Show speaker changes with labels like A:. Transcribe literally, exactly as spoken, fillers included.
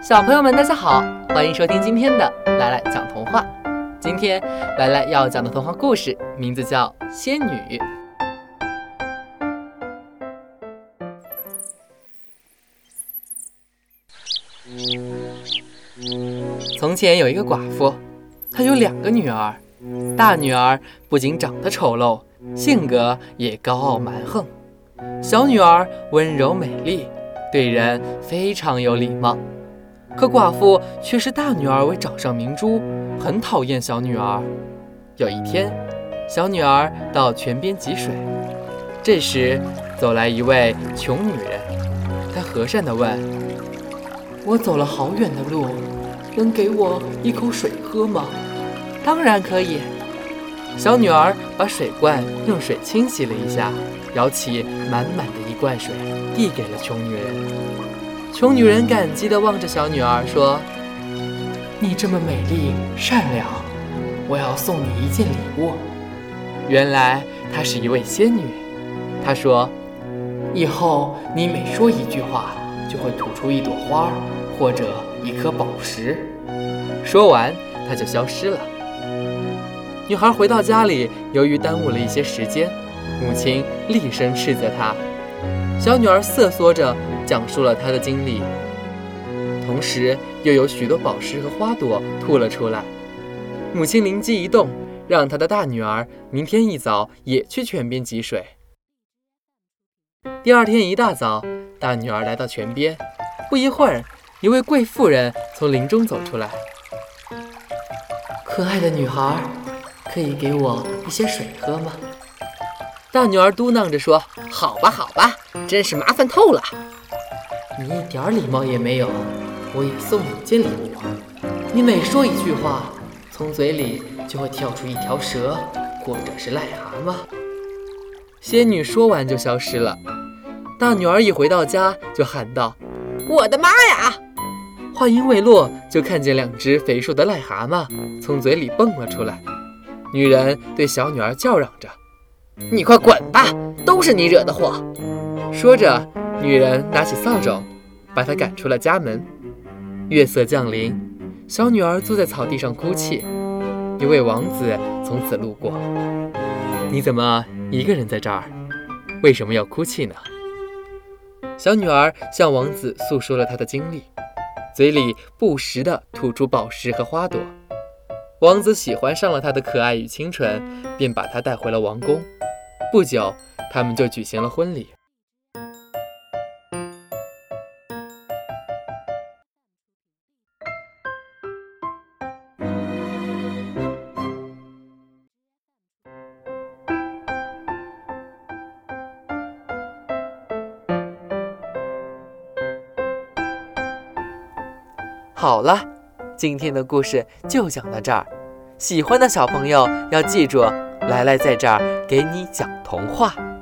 A: 小朋友们，大家好，欢迎收听今天的来来讲童话。今天来来要讲的童话故事名字叫《仙女》。从前有一个寡妇，她有两个女儿。大女儿不仅长得丑陋，性格也高傲蛮横。小女儿温柔美丽，对人非常有礼貌。可寡妇却视大女儿为掌上明珠，很讨厌小女儿。有一天，小女儿到泉边汲水，这时走来一位穷女人，她和善地问：“我走了好远的路，能给我一口水喝吗？”“当然可以。”小女儿把水罐用水清洗了一下，舀起满满的一罐水，递给了穷女人。穷女人感激地望着小女儿说：“你这么美丽善良，我要送你一件礼物。”原来她是一位仙女。她说：“以后你每说一句话，就会吐出一朵花或者一颗宝石。”说完，她就消失了。女孩回到家里，由于耽误了一些时间，母亲厉声斥责她。小女儿瑟缩着讲述了她的经历，同时又有许多宝石和花朵吐了出来。母亲灵机一动，让她的大女儿明天一早也去泉边汲水。第二天一大早，大女儿来到泉边，不一会儿，一位贵妇人从林中走出来。“可爱的女孩，可以给我一些水喝吗？”大女儿嘟囔着说：“好吧好吧，真是麻烦透了。”“你一点礼貌也没有，我也送你一件礼物。你每说一句话，从嘴里就会跳出一条蛇或者是癞蛤蟆。”仙女说完就消失了。大女儿一回到家就喊道：“我的妈呀！”话音未落，就看见两只肥硕的癞蛤蟆从嘴里蹦了出来。女人对小女儿叫嚷着：“你快滚吧，都是你惹的祸！”说着，女人拿起扫帚，把她赶出了家门。月色降临，小女儿坐在草地上哭泣。一位王子从此路过。“你怎么一个人在这儿？为什么要哭泣呢？”小女儿向王子诉说了她的经历，嘴里不时地吐出宝石和花朵。王子喜欢上了她的可爱与清纯，便把她带回了王宫。不久，他们就举行了婚礼。好了，今天的故事就讲到这儿。喜欢的小朋友要记住，来来在这儿给你讲童话。